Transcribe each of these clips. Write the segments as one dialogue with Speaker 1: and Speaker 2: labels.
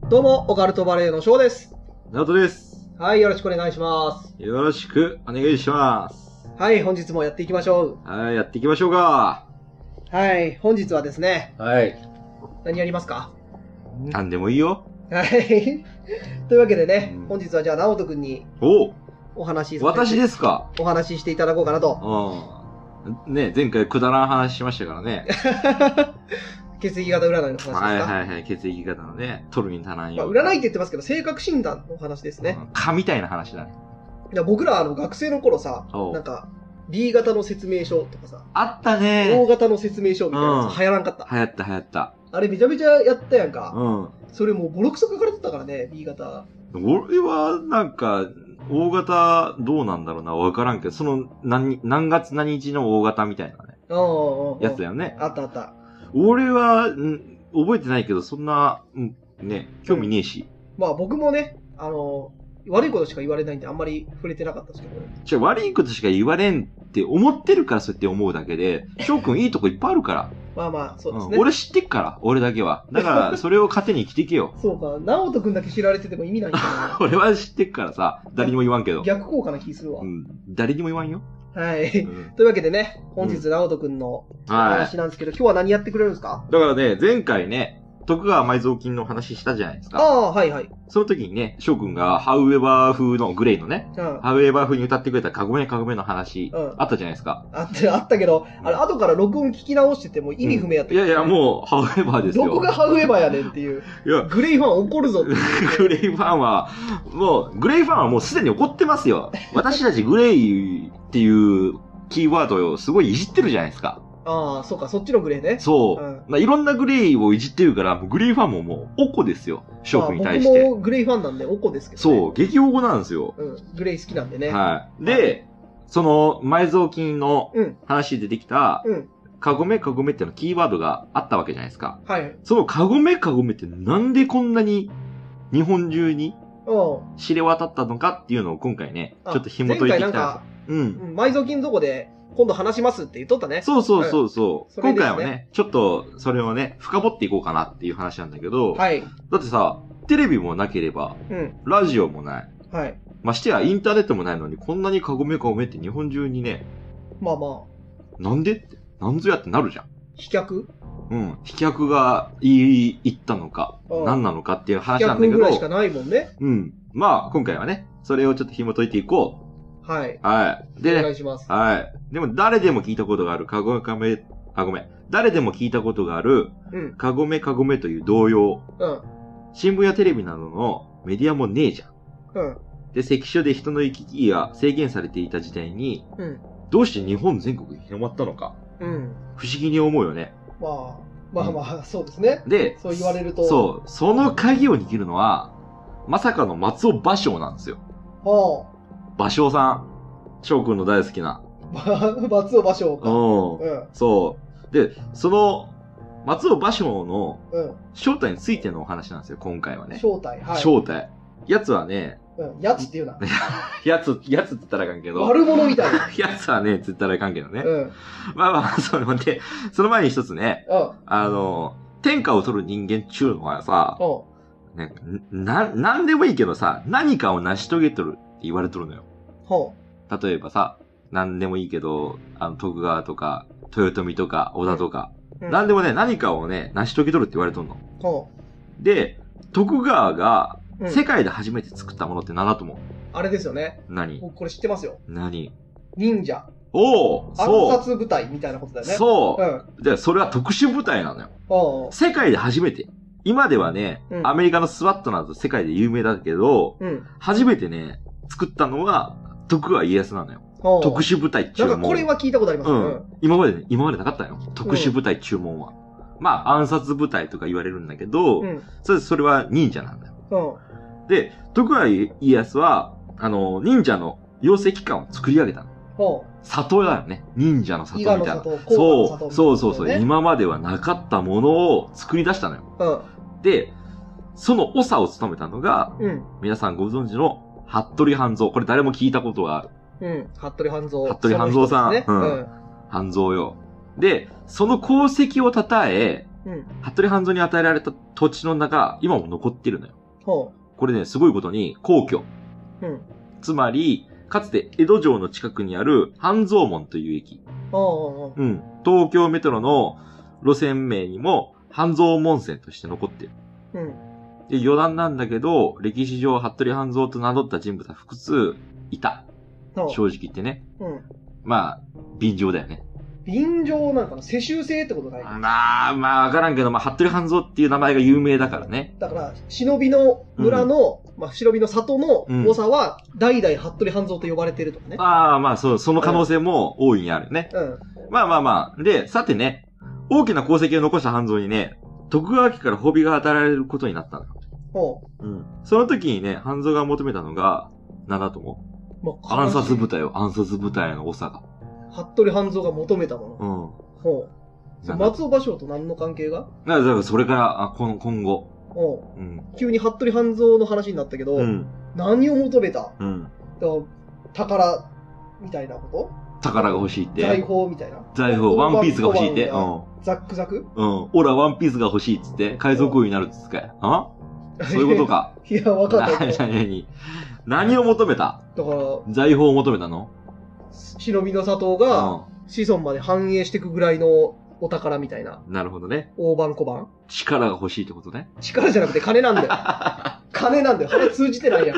Speaker 1: どうも、オカルトバレーの翔です。
Speaker 2: ナオトです。
Speaker 1: はい、よろしくお願いします。
Speaker 2: よろしくお願いします。
Speaker 1: はい、本日もやっていきましょ
Speaker 2: う。はい、やっていきましょうか。
Speaker 1: はい、本日はですね。
Speaker 2: はい。
Speaker 1: 何やりますか？
Speaker 2: 何でもいいよ。
Speaker 1: はい。というわけでね、本日はじゃあ、ナオト君にお話し
Speaker 2: 私ですか？
Speaker 1: お話ししていただこうかなと。
Speaker 2: ね、前回くだらん話しましたからね。
Speaker 1: 血液型占いの話ですか？
Speaker 2: はいはいはい、血液型のね、取るに足らんよ。
Speaker 1: 占いって言ってますけど、性格診断の話ですね。
Speaker 2: 蚊みたいな話だね。
Speaker 1: いや僕ら学生の頃さ、なんか、B 型の説明書とかさ。
Speaker 2: あったね。
Speaker 1: O 型の説明書みたいなやつ流行らんかった。
Speaker 2: 流行った。
Speaker 1: あれめちゃめちゃやったやんか。それもうボロクソ書かれてたからね、B 型。
Speaker 2: 俺はなんか、O 型どうなんだろうな、わからんけど、その何月何日の O 型みたいなね。やつだよね。
Speaker 1: あった。
Speaker 2: 俺は、覚えてないけど、そんな、ね、興味ねえし。
Speaker 1: まあ僕もね、悪いことしか言われないんであんまり触れてなかったですけど。
Speaker 2: 悪いことしか言われんって思ってるからそうやって思うだけで、翔くんいいとこいっぱいあるから。
Speaker 1: まあまあ、そうですね。
Speaker 2: 俺知ってっから、俺だけは。だから、それを糧に生きていけよ。
Speaker 1: そうか、直人くんだけ知られてても意味ないんだな。
Speaker 2: 俺は知ってっからさ、誰にも言わんけど。
Speaker 1: 逆効果な気するわ。
Speaker 2: 誰にも言わんよ。
Speaker 1: はい。というわけでね、本日、直人くんの話なんですけど、今日は何やってくれるんですか？
Speaker 2: だからね、前回ね、徳川埋蔵金の話したじゃないですか。
Speaker 1: はいはい。
Speaker 2: その時にね、翔くんがハウエバー風のグレイのね、ハウエバー風に歌ってくれたかごめの話、あったじゃないですか。
Speaker 1: あったけど、あれ後から録音聞き直してても意味不明やった。
Speaker 2: いやいや、もうハウエバーですよ。
Speaker 1: どこがハウエバーやねんっていう。いや、グレイファン怒るぞっていう。
Speaker 2: グレイファンはもうすでに怒ってますよ。私たちグレイっていうキーワードをすごいいじってるじゃないですか。
Speaker 1: ああ、そうか、そっちのグレーね。
Speaker 2: そう。いろんなグレイをいじってるから、グレイファンももう、おこですよ。翔くんに対して。
Speaker 1: 僕もグレイファンなんで、おこですけど、
Speaker 2: ね。そう、激おこなんですよ。
Speaker 1: グレイ好きなんでね。
Speaker 2: はい。で、その、埋蔵金の話で出てきた、かごめっていうのキーワードがあったわけじゃないですか。
Speaker 1: はい。
Speaker 2: そのかごめってなんでこんなに日本中に知れ渡ったのかっていうのを今回ね、ちょっと紐解いていきたいんです。
Speaker 1: 埋蔵金どこで、今度話しますって言っとったね。
Speaker 2: そう。今回はね、ちょっとそれをね、深掘っていこうかなっていう話なんだけど、
Speaker 1: はい。
Speaker 2: だってさ、テレビもなければ、ラジオもない。
Speaker 1: はい。
Speaker 2: ましてやインターネットもないのに、こんなにかごめって日本中にね、
Speaker 1: まあま
Speaker 2: あ。なんでって、なんぞやってなるじゃん。
Speaker 1: 飛脚？
Speaker 2: 飛脚が言ったのか、何なのかっていう話なんだけど。
Speaker 1: 飛脚ぐらいしかないもんね。
Speaker 2: まあ、今回はね、それをちょっと紐解いていこう。
Speaker 1: はい。
Speaker 2: で、
Speaker 1: お願いします。
Speaker 2: はい。でも、誰でも聞いたことがある、誰でも聞いたことがある、かごめという童謡。新聞やテレビなどのメディアもねえじゃん。で、関所で人の行き来が制限されていた時代に、どうして日本全国に広まったのか。不思議に思うよね。
Speaker 1: まあ、そうですね。
Speaker 2: で、
Speaker 1: そう言われると。
Speaker 2: そう、その鍵を握るのは、まさかの松尾芭蕉なんですよ。芭蕉さん。翔くんの大好きな。
Speaker 1: 松尾芭蕉か。
Speaker 2: そう。で、その、松尾芭蕉の正体についてのお話なんですよ、今回はね。
Speaker 1: 正体。
Speaker 2: 正体。やつはね、
Speaker 1: やつって言うな。
Speaker 2: やつって言ったらあかんけど。
Speaker 1: 悪者みたいな。
Speaker 2: やつはね、って言ったらあかんけどね。まあ、その前に一つね、天下を取る人間っちゅうのはさ、なんでもいいけどさ、何かを成し遂げとるって言われとるのよ。例えばさ、なんでもいいけど、徳川とか、豊臣とか、織田とか、なんでもね、何かをね、成し遂げとるって言われとんの。で、徳川が、世界で初めて作ったものって何だと思う？
Speaker 1: あれですよね。
Speaker 2: 何？
Speaker 1: 僕これ知ってますよ。
Speaker 2: 何？
Speaker 1: 忍者。
Speaker 2: そう。
Speaker 1: 暗殺部隊みたいなことだよね。
Speaker 2: そう。で、それは特殊部隊なのよ。世界で初めて。今ではね、アメリカのスワットなど世界で有名だけど、初めてね、作ったのは徳川家康なのよ。特殊部隊注文。
Speaker 1: なんかこれは聞いたことありますね。
Speaker 2: 今までなかったよ。特殊部隊注文は。まあ、暗殺部隊とか言われるんだけど、それは忍者なんだよ。で、徳川家康は、忍者の養成機関を作り上げたの。里だよね。忍者の里みたいな。そう。今まではなかったものを作り出したのよ。で、その長を務めたのが、皆さんご存知の服部半蔵。これ誰も聞いたことがある。
Speaker 1: 服部半蔵。
Speaker 2: 服部半蔵さん。半蔵よ。で、その功績を称え、 服部半蔵に与えられた土地の名が今も残ってるのよ。これね、すごいことに、皇居。つまり、かつて江戸城の近くにある半蔵門という駅。東京メトロの路線名にも半蔵門線として残ってる。で、余談なんだけど、歴史上服部半蔵と名乗った人物は複数いた。正直言ってね。まあ、便乗だよね。
Speaker 1: 便乗なんかな、世襲制ってことない？
Speaker 2: まあ、わからんけど、服部半蔵っていう名前が有名だからね。
Speaker 1: だから、忍びの村の、忍びの里の長は、代々服部半蔵と呼ばれてるとかね。
Speaker 2: その可能性も大いにあるよね。で、さてね、大きな功績を残した半蔵にね、徳川家から褒美が与えられることになったのよ。その時にね、半蔵が求めたのが、なんだと思う？暗殺部隊よ、暗殺部隊の長が。
Speaker 1: 服部半蔵が求めたもの。松尾芭蕉と何の関係が？
Speaker 2: だからそれから、今後。
Speaker 1: 急に服部半蔵の話になったけど、何を求めた？宝みたいなこと？
Speaker 2: 宝が欲しいって。
Speaker 1: 財宝みたいな。
Speaker 2: 財宝、ワンピースが欲しいって。
Speaker 1: ザックザク？
Speaker 2: オラワンピースが欲しいっつって、海賊王になるっつってかそういうことか。
Speaker 1: いや、わかんない。
Speaker 2: 何を求めた？だから、財宝を求めたの？
Speaker 1: 忍びの里が、子孫まで繁栄していくぐらいのお宝みたいな。
Speaker 2: なるほどね。
Speaker 1: 大判小判。
Speaker 2: 力が欲しいってことね。
Speaker 1: 力じゃなくて金なんだよ。金なんだよ。話通じてないやん。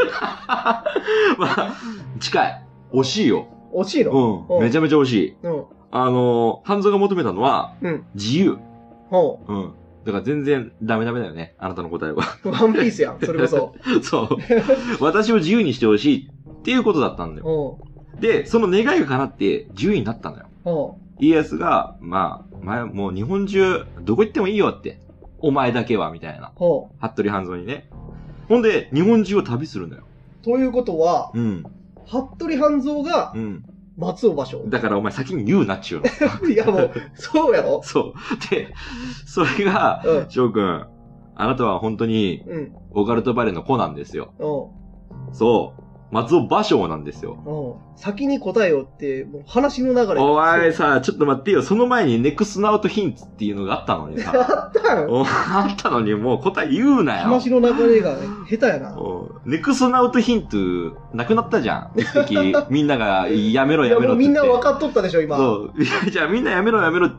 Speaker 2: 近い。惜しいよ。
Speaker 1: 惜しいの？
Speaker 2: めちゃめちゃ惜しい。半蔵が求めたのは、自由。だから全然ダメだよね。あなたの答えは。
Speaker 1: ワンピースやん。それこそ。
Speaker 2: そう。私を自由にしてほしいっていうことだったんだよ。で、その願いが叶って自由になったのよ。家康が、もう日本中どこ行ってもいいよって。お前だけは、みたいな。服部半蔵にね。ほんで、日本中を旅するのよ。
Speaker 1: ということは、服部半蔵が、松尾芭蕉。
Speaker 2: だからお前先に言うなっちゅう
Speaker 1: の。いやもう、そうやろ？
Speaker 2: そう。で、それが、翔くん、あなたは本当に、オカルトバレーの子なんですよ。そう。松尾芭蕉なんですよ。
Speaker 1: 先に答えよって、もう話の流れ。
Speaker 2: お前さ、ちょっと待ってよ。その前にネクストナウトヒンツっていうのがあったのにさ。
Speaker 1: あったよ。
Speaker 2: あったのにもう答え言うなよ。
Speaker 1: 話の流れが下手やな。
Speaker 2: ネクストナウトヒントなくなったじゃん。一時みんながやめろやめろって。いやもう
Speaker 1: みんな分かっとったでしょ、今。
Speaker 2: そう。じゃあみんなやめろやめろって、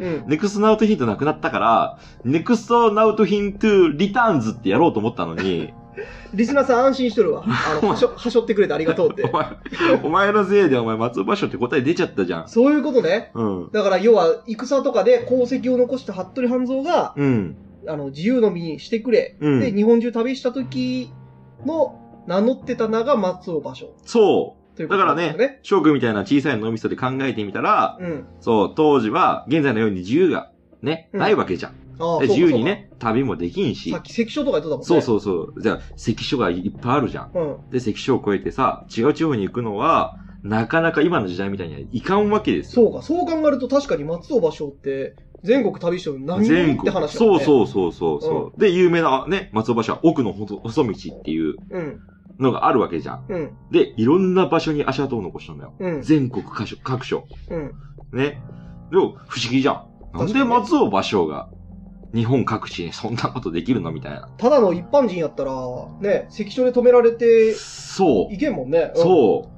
Speaker 2: ネクストナウトヒントなくなったから、ネクストナウトヒントリターンズってやろうと思ったのに、
Speaker 1: リスナーさん安心しとるわ。はしょってくれてありがとうって。
Speaker 2: お前のせいで松尾芭蕉って答え出ちゃったじゃん。
Speaker 1: そういうことね。だから要は、戦とかで功績を残した服部半蔵が、自由の身にしてくれ。で、日本中旅した時の名乗ってた名が松尾芭蕉。そう。だからね、翔くんみたいな小さい脳みそで考えてみたら、そう、当時は現在のように自由がね、ないわけじゃん。自由にね、旅もできんし。 さっき関所とか言ってたもんね。
Speaker 2: そう。じゃあ、関所がいっぱいあるじゃん。で、関所を越えてさ、違う地方に行くのは、なかなか今の時代みたいにはいかんわけですよ。
Speaker 1: そうか、そう考えると確かに松尾芭蕉って、全国旅してるの何人って話だ
Speaker 2: ね。そう。で、有名なね、松尾芭蕉は奥の細道っていうのがあるわけじゃん。で、いろんな場所に足跡を残したんだよ。全国各所。ね。でも、不思議じゃん。なんで松尾芭蕉が、日本各地にそんなことできるのみたいな。
Speaker 1: ただの一般人やったら、ね、関所で止められて、
Speaker 2: そう。
Speaker 1: いけんもんね。
Speaker 2: そう。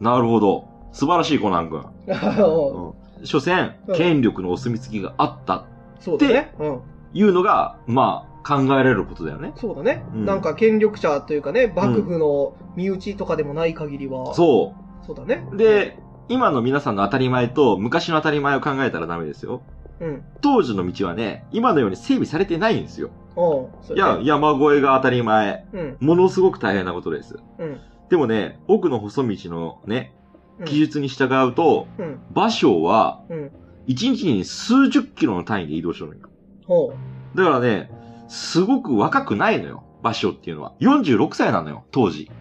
Speaker 2: なるほど。素晴らしいコナン君。所詮、権力のお墨付きがあった。そうだね。いうのが、考えられることだよね。
Speaker 1: そうだね。なんか権力者というかね、幕府の身内とかでもない限りは。
Speaker 2: そう。
Speaker 1: そうだね。
Speaker 2: で、今の皆さんの当たり前と昔の当たり前を考えたらダメですよ。当時の道はね、今のように整備されてないんですよ。いや、山越えが当たり前。ものすごく大変なことです。でもね、奥の細道のね、記述に従うと、芭蕉は、1日に数十キロの単位で移動してるのよ。だからね、すごく若くないのよ、芭蕉っていうのは。46歳なのよ、当時。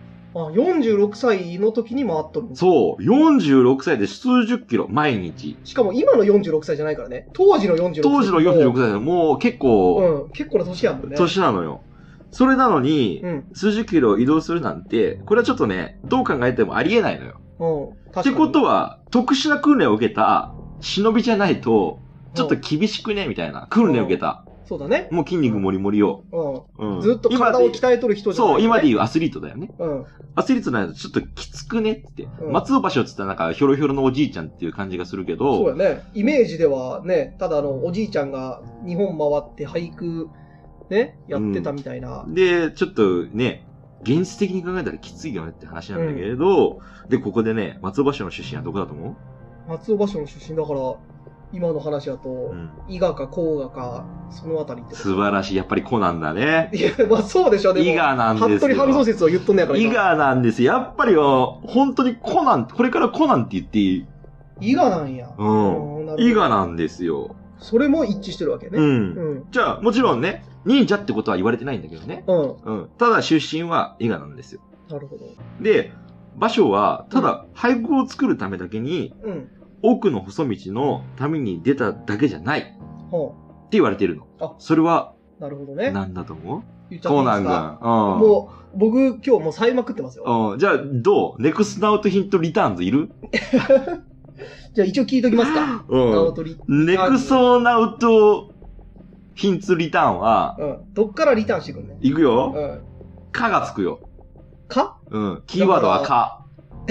Speaker 1: 46歳の時に回っとる。
Speaker 2: そう。46歳で数十キロ、毎日。
Speaker 1: しかも今の46歳じゃないからね。当時の46歳。
Speaker 2: 当時の46歳でもう結構。
Speaker 1: 結構な年やもんね。
Speaker 2: 年なのよ。それなのに、数十キロ移動するなんて、これはちょっとね、どう考えてもありえないのよ。ってことは、特殊な訓練を受けた忍びじゃないと、ちょっと厳しくねみたいな訓練を受けた。
Speaker 1: そうだね。
Speaker 2: もう筋肉もりもりよ。
Speaker 1: ずっと体を鍛えとる人じゃない、
Speaker 2: そう、今で言うアスリートだよね。
Speaker 1: うん。
Speaker 2: アスリートなんだとちょっときつくねって。松尾芭蕉って言ったらなんかひょろひょろのおじいちゃんっていう感じがするけど。
Speaker 1: そうやね。イメージではね、ただおじいちゃんが日本回って俳句、ね、やってたみたいな。
Speaker 2: で、ちょっとね、現実的に考えたらきついよねって話なんだけれど、で、ここでね、松尾芭蕉の出身はどこだと思
Speaker 1: う？松尾芭蕉の出身だから、今の話だと、伊賀か甲賀か、そのあたりって。
Speaker 2: 素晴らしい。やっぱりコナンだね。
Speaker 1: いや、まあそうでしょ、でも。
Speaker 2: 伊賀なんですよ。
Speaker 1: 服部半蔵説を言っとんねやから。
Speaker 2: 伊賀なんですよ。やっぱり本当にコナン、これからコナンって言っていい？
Speaker 1: 伊賀なんや。
Speaker 2: 伊賀なんですよ。
Speaker 1: それも一致してるわけね。
Speaker 2: じゃあ、もちろんね、忍者ってことは言われてないんだけどね。ただ出身は伊賀なんですよ。なるほど。で、芭蕉は、ただ俳句を作るためだけに、奥の細道のために出ただけじゃない。って言われてるの。それは、なるほどね。なんだと思う？コナンが。
Speaker 1: もう、僕今日もうさえまくってますよ。
Speaker 2: じゃあ、どう？ネクストナウトヒントリターンズいる？
Speaker 1: じゃあ一応聞いときますか。
Speaker 2: ネクストナウトヒントリターンは、
Speaker 1: どっからリターンしてくんね？
Speaker 2: いくよ。かがつくよ。
Speaker 1: か？
Speaker 2: キーワードはか。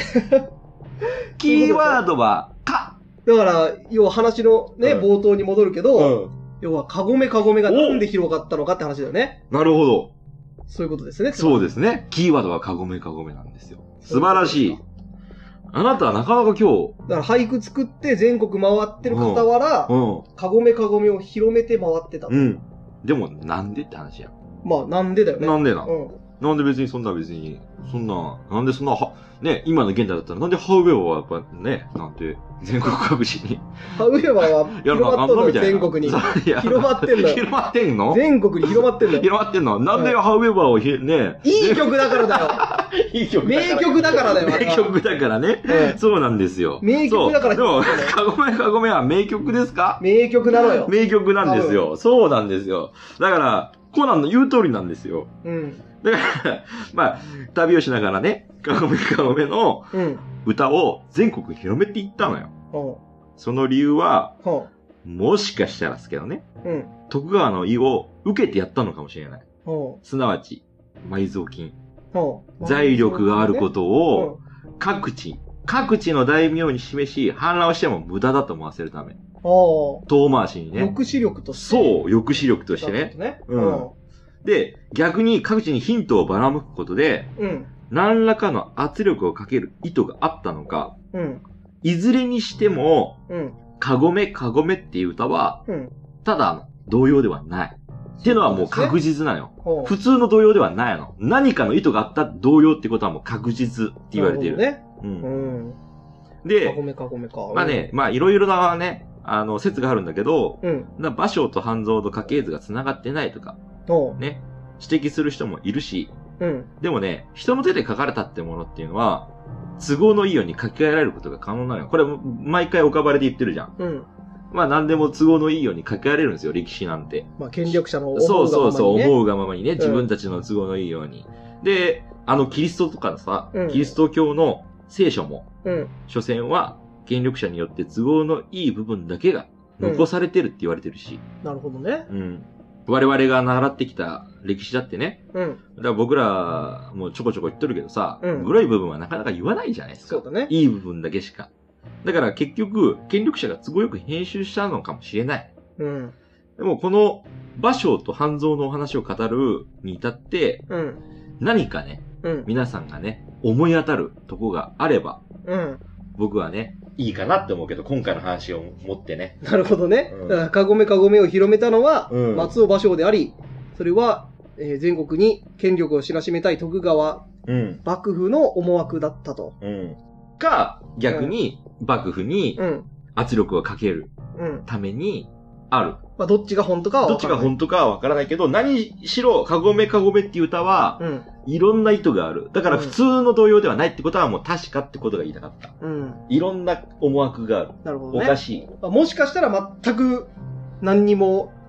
Speaker 2: キーワードはか。
Speaker 1: だから、要は話のね、冒頭に戻るけど、要は、カゴメがなんで広がったのかって話だよね。
Speaker 2: なるほど。
Speaker 1: そういうことですね。
Speaker 2: そうですね。キーワードはカゴメなんですよ。素晴らしい。あなたはなかなか今日。
Speaker 1: だから俳句作って全国回ってる傍ら、カゴメを広めて回ってた。
Speaker 2: でも、なんでって話や。
Speaker 1: まあ、なんでだよね。
Speaker 2: なんでな。なんで別になんでそんな、ね、今の現代だったら、なんでハウウェイはやっぱね、なんて、全国各地に。
Speaker 1: ハウウェイは広まっとんの全国に。広まってんのよ。
Speaker 2: 広まってんの？
Speaker 1: 全国に広まってんのよ。
Speaker 2: 広まってんの？なんでハウウェイをね。
Speaker 1: いい曲だからだよ。
Speaker 2: いい曲
Speaker 1: 名曲だからだよ。
Speaker 2: 名曲だからね。そうなんですよ。
Speaker 1: 名曲だから。
Speaker 2: でも、カゴメは名曲ですか？
Speaker 1: 名曲なのよ。
Speaker 2: 名曲なんですよ。そうなんですよ。だから、コナンの言う通りなんですよ。だから、まあ、旅をしながらね、カゴメの歌を全国に広めていったのよ。その理由は、もしかしたらですけどね、徳川の意を受けてやったのかもしれない。すなわち、埋蔵金。財力があることを各地の大名に示し、反乱をしても無駄だと思わせるため。遠回しにね。
Speaker 1: 抑止力として。
Speaker 2: そう、抑止力としてね。で、逆に各地にヒントをばらまくことで、何らかの圧力をかける意図があったのか、いずれにしても、カゴメっていう歌は、ただ童謡ではない。っていうのはもう確実なのよ。普通の童謡ではないの。何かの意図があった童謡ってことはもう確実って言われている。で、まあね、まあいろいろなね、説があるんだけど、芭蕉と半蔵と家系図が繋がってないとか、ね、指摘する人もいるし、でもね、人の手で書かれたってものっていうのは、都合のいいように書き換えられることが可能なのよ。これ、毎回岡場で言ってるじゃん。まあ何でも都合のいいように書き換えれるんですよ、歴史なんて。
Speaker 1: まあ権力者の思うがままに、ね。そう、
Speaker 2: 思うがままにね、自分たちの都合のいいように。で、キリストとかのさ、キリスト教の聖書も、所詮は権力者によって都合のいい部分だけが残されてるって言われてるし。
Speaker 1: なるほどね。
Speaker 2: 我々が習ってきた歴史だってね。だから僕らもちょこちょこ言っとるけどさ、グロい部分はなかなか言わないじゃないですか。
Speaker 1: そうだね。
Speaker 2: いい部分だけしか。だから結局、権力者が都合よく編集したのかもしれない。でもこの芭蕉と半蔵のお話を語るに至って、何かね、皆さんがね、思い当たるとこがあれば、僕はね、いいかなって思うけど、今回の話を持ってね。
Speaker 1: なるほどね。だからカゴメを広めたのは、松尾芭蕉であり、それは、全国に権力を知らしめたい徳川、幕府の思惑だったと。
Speaker 2: か、逆に、幕府に圧力をかけるためにある。
Speaker 1: まあ、どっちが本当かは分からない。
Speaker 2: どっちが本当かは分からないけど、何しろ、カゴメっていう歌は、いろんな意図がある。だから普通の童謡ではないってことはもう確かってことが言いたかった。いろんな思惑がある。
Speaker 1: なるほどね。
Speaker 2: おかしい。
Speaker 1: もしかしたら全く何にも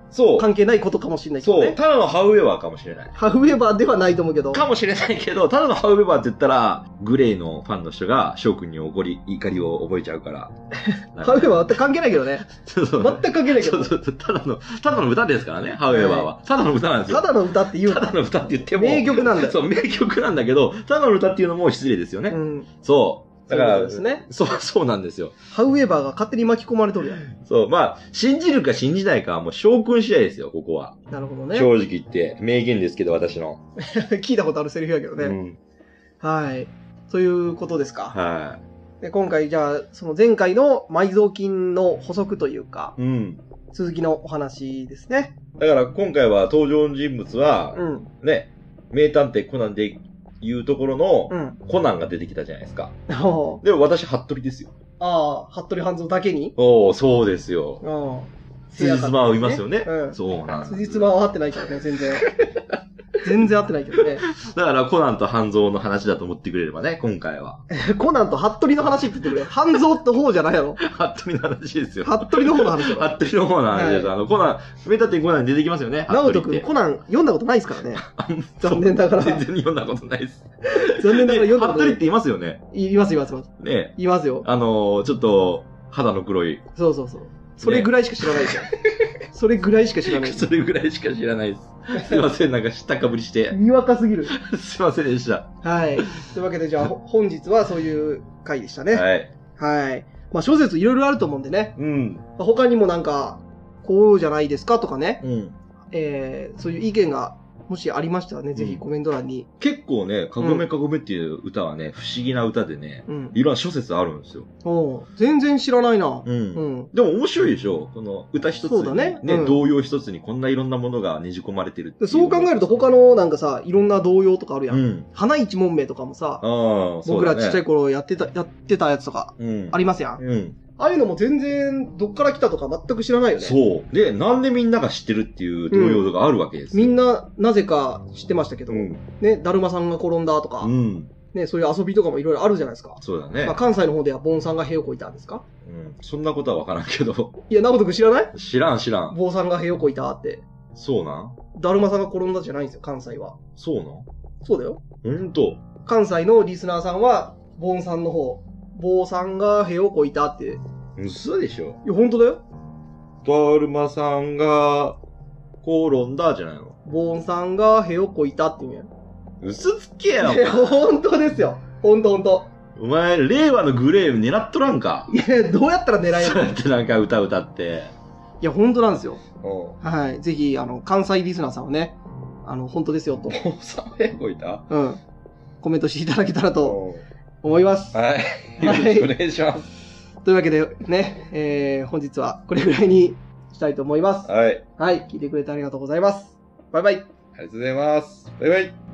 Speaker 2: そう。
Speaker 1: 関係ないことかもしれないけどね。
Speaker 2: そう。ただのハウエバーかもしれない。
Speaker 1: ハウエバーではないと思うけど。
Speaker 2: かもしれないけど、ただのハウエバーって言ったら、グレイのファンの人が翔くんに怒りを覚えちゃうから。
Speaker 1: ハウエバーは全く関係ないけどね。
Speaker 2: そうそう。
Speaker 1: 全く関係ないけど。
Speaker 2: そうそう。ただの歌ですからね、ハウエバーは。ただの歌なんですよ。
Speaker 1: ただの歌って言う
Speaker 2: ただの歌って言っても。
Speaker 1: 名曲なんだよ。
Speaker 2: そう、名曲なんだけど、ただの歌っていうのも失礼ですよね。
Speaker 1: うん。
Speaker 2: そう。だから、
Speaker 1: ですね。
Speaker 2: そうなんですよ。
Speaker 1: ハウエバーが勝手に巻き込まれとるやん。
Speaker 2: そう、まあ、信じるか信じないかはもう将軍次第ですよ、ここは。
Speaker 1: なるほどね。
Speaker 2: 正直言って、名言ですけど、私の。
Speaker 1: 聞いたことあるセリフやけどね。
Speaker 2: うん、
Speaker 1: はい。ということですか。
Speaker 2: はい。
Speaker 1: で今回、じゃあ、その前回の埋蔵金の補足というか、
Speaker 2: うん。
Speaker 1: 続きのお話ですね。
Speaker 2: だから今回は登場人物は、
Speaker 1: うん。
Speaker 2: ね、名探偵コナンでいうところの、
Speaker 1: うん。
Speaker 2: コナンが出てきたじゃないですか。
Speaker 1: でも
Speaker 2: 私、服部ですよ。
Speaker 1: ああ、服部半蔵だけに
Speaker 2: おー、そうですよ。
Speaker 1: ああ。
Speaker 2: 辻褄は合いますよね。
Speaker 1: うん。
Speaker 2: そうなんです。
Speaker 1: 辻褄は合ってないけどね、全然。全然合ってないけどね。
Speaker 2: だからコナンと半蔵の話だと思ってくれればね、今回は。
Speaker 1: コナンと服部の話って言ってくれ。半蔵って方じゃないやろ。
Speaker 2: 服部の話ですよ。
Speaker 1: 服部の方の話だろ。
Speaker 2: 服部の方の話です。
Speaker 1: はい、
Speaker 2: コナン、名探偵コナンに出てきますよね。
Speaker 1: 直人君、コナン読んだことないですからね。残念ながら。
Speaker 2: 全然読んだことないです。
Speaker 1: 残念ながら読んだことない。
Speaker 2: 服部っていますよね。
Speaker 1: います。
Speaker 2: ね
Speaker 1: いますよ。
Speaker 2: ちょっと、肌の黒い。
Speaker 1: そう。それぐらいしか知らないですよ。それぐらいしか知らない。
Speaker 2: それぐらいしか知らないです。すいません、なんか知ったかぶりして。
Speaker 1: にわかすぎる。
Speaker 2: すいませんでした。
Speaker 1: はい。というわけで、じゃあ、本日はそういう回でしたね。
Speaker 2: はい。
Speaker 1: はい。まあ、諸説いろいろあると思うんでね。
Speaker 2: うん。
Speaker 1: 他にもなんか、こうじゃないですかとかね。
Speaker 2: うん。
Speaker 1: そういう意見が、もしありましたらね、ぜひコメント欄に。
Speaker 2: 結構ね、かごめかごめっていう歌はね、不思議な歌でね、いろんな諸説あるんですよ。
Speaker 1: 全然知らないな。
Speaker 2: でも面白いでしょこの歌一つにね、童謡一つにこんないろんなものがねじ込まれてるっていう。
Speaker 1: そう考えると他のなんかさ、いろんな童謡とかあるやん。花一門名とかもさ、僕らちっちゃい頃やってたやつとか、ありますやん。ああいうのも全然どっから来たとか全く知らないよね。そう。
Speaker 2: で、なんでみんなが知ってるっていう童謡があるわけです。
Speaker 1: みんななぜか知ってましたけど、ね、だるまさんが転んだとか、ね、そういう遊びとかもいろいろあるじゃないですか。
Speaker 2: そうだね。
Speaker 1: まあ、関西の方では坊さんが塀をこいたんですか？
Speaker 2: そんなことはわからんけど。
Speaker 1: いや、直人君知らない？
Speaker 2: 知らん。
Speaker 1: 坊さんが塀をこいたって。
Speaker 2: そうなん？
Speaker 1: だるまさんが転んだじゃないんですよ、関西は。
Speaker 2: そうなん？
Speaker 1: そうだよ。関西のリスナーさんは、坊さんの方、坊さんが塀をこいたって。
Speaker 2: 嘘でしょ？
Speaker 1: いや、本当だよ。
Speaker 2: だるまさんが、転んだじゃないの？
Speaker 1: 坊さんが塀をこいたって言うんや。
Speaker 2: 嘘つけよ。
Speaker 1: いや、本当ですよ。本当。
Speaker 2: お前、令和のグレー狙っとらんか？
Speaker 1: いや、どうやったら狙えるの？
Speaker 2: そうやってなんか歌って。
Speaker 1: いや、本当なんですよ。はい。ぜひ、関西リスナーさんはね、本当ですよと。
Speaker 2: 坊さん塀こいた？
Speaker 1: コメントしていただけたらと思います。
Speaker 2: はい。よろしくお願いします。
Speaker 1: というわけでね、本日はこれぐらいにしたいと思います。はい。聞いてくれてありがとうございます。バイバイ。
Speaker 2: ありがとうございます。バイバイ。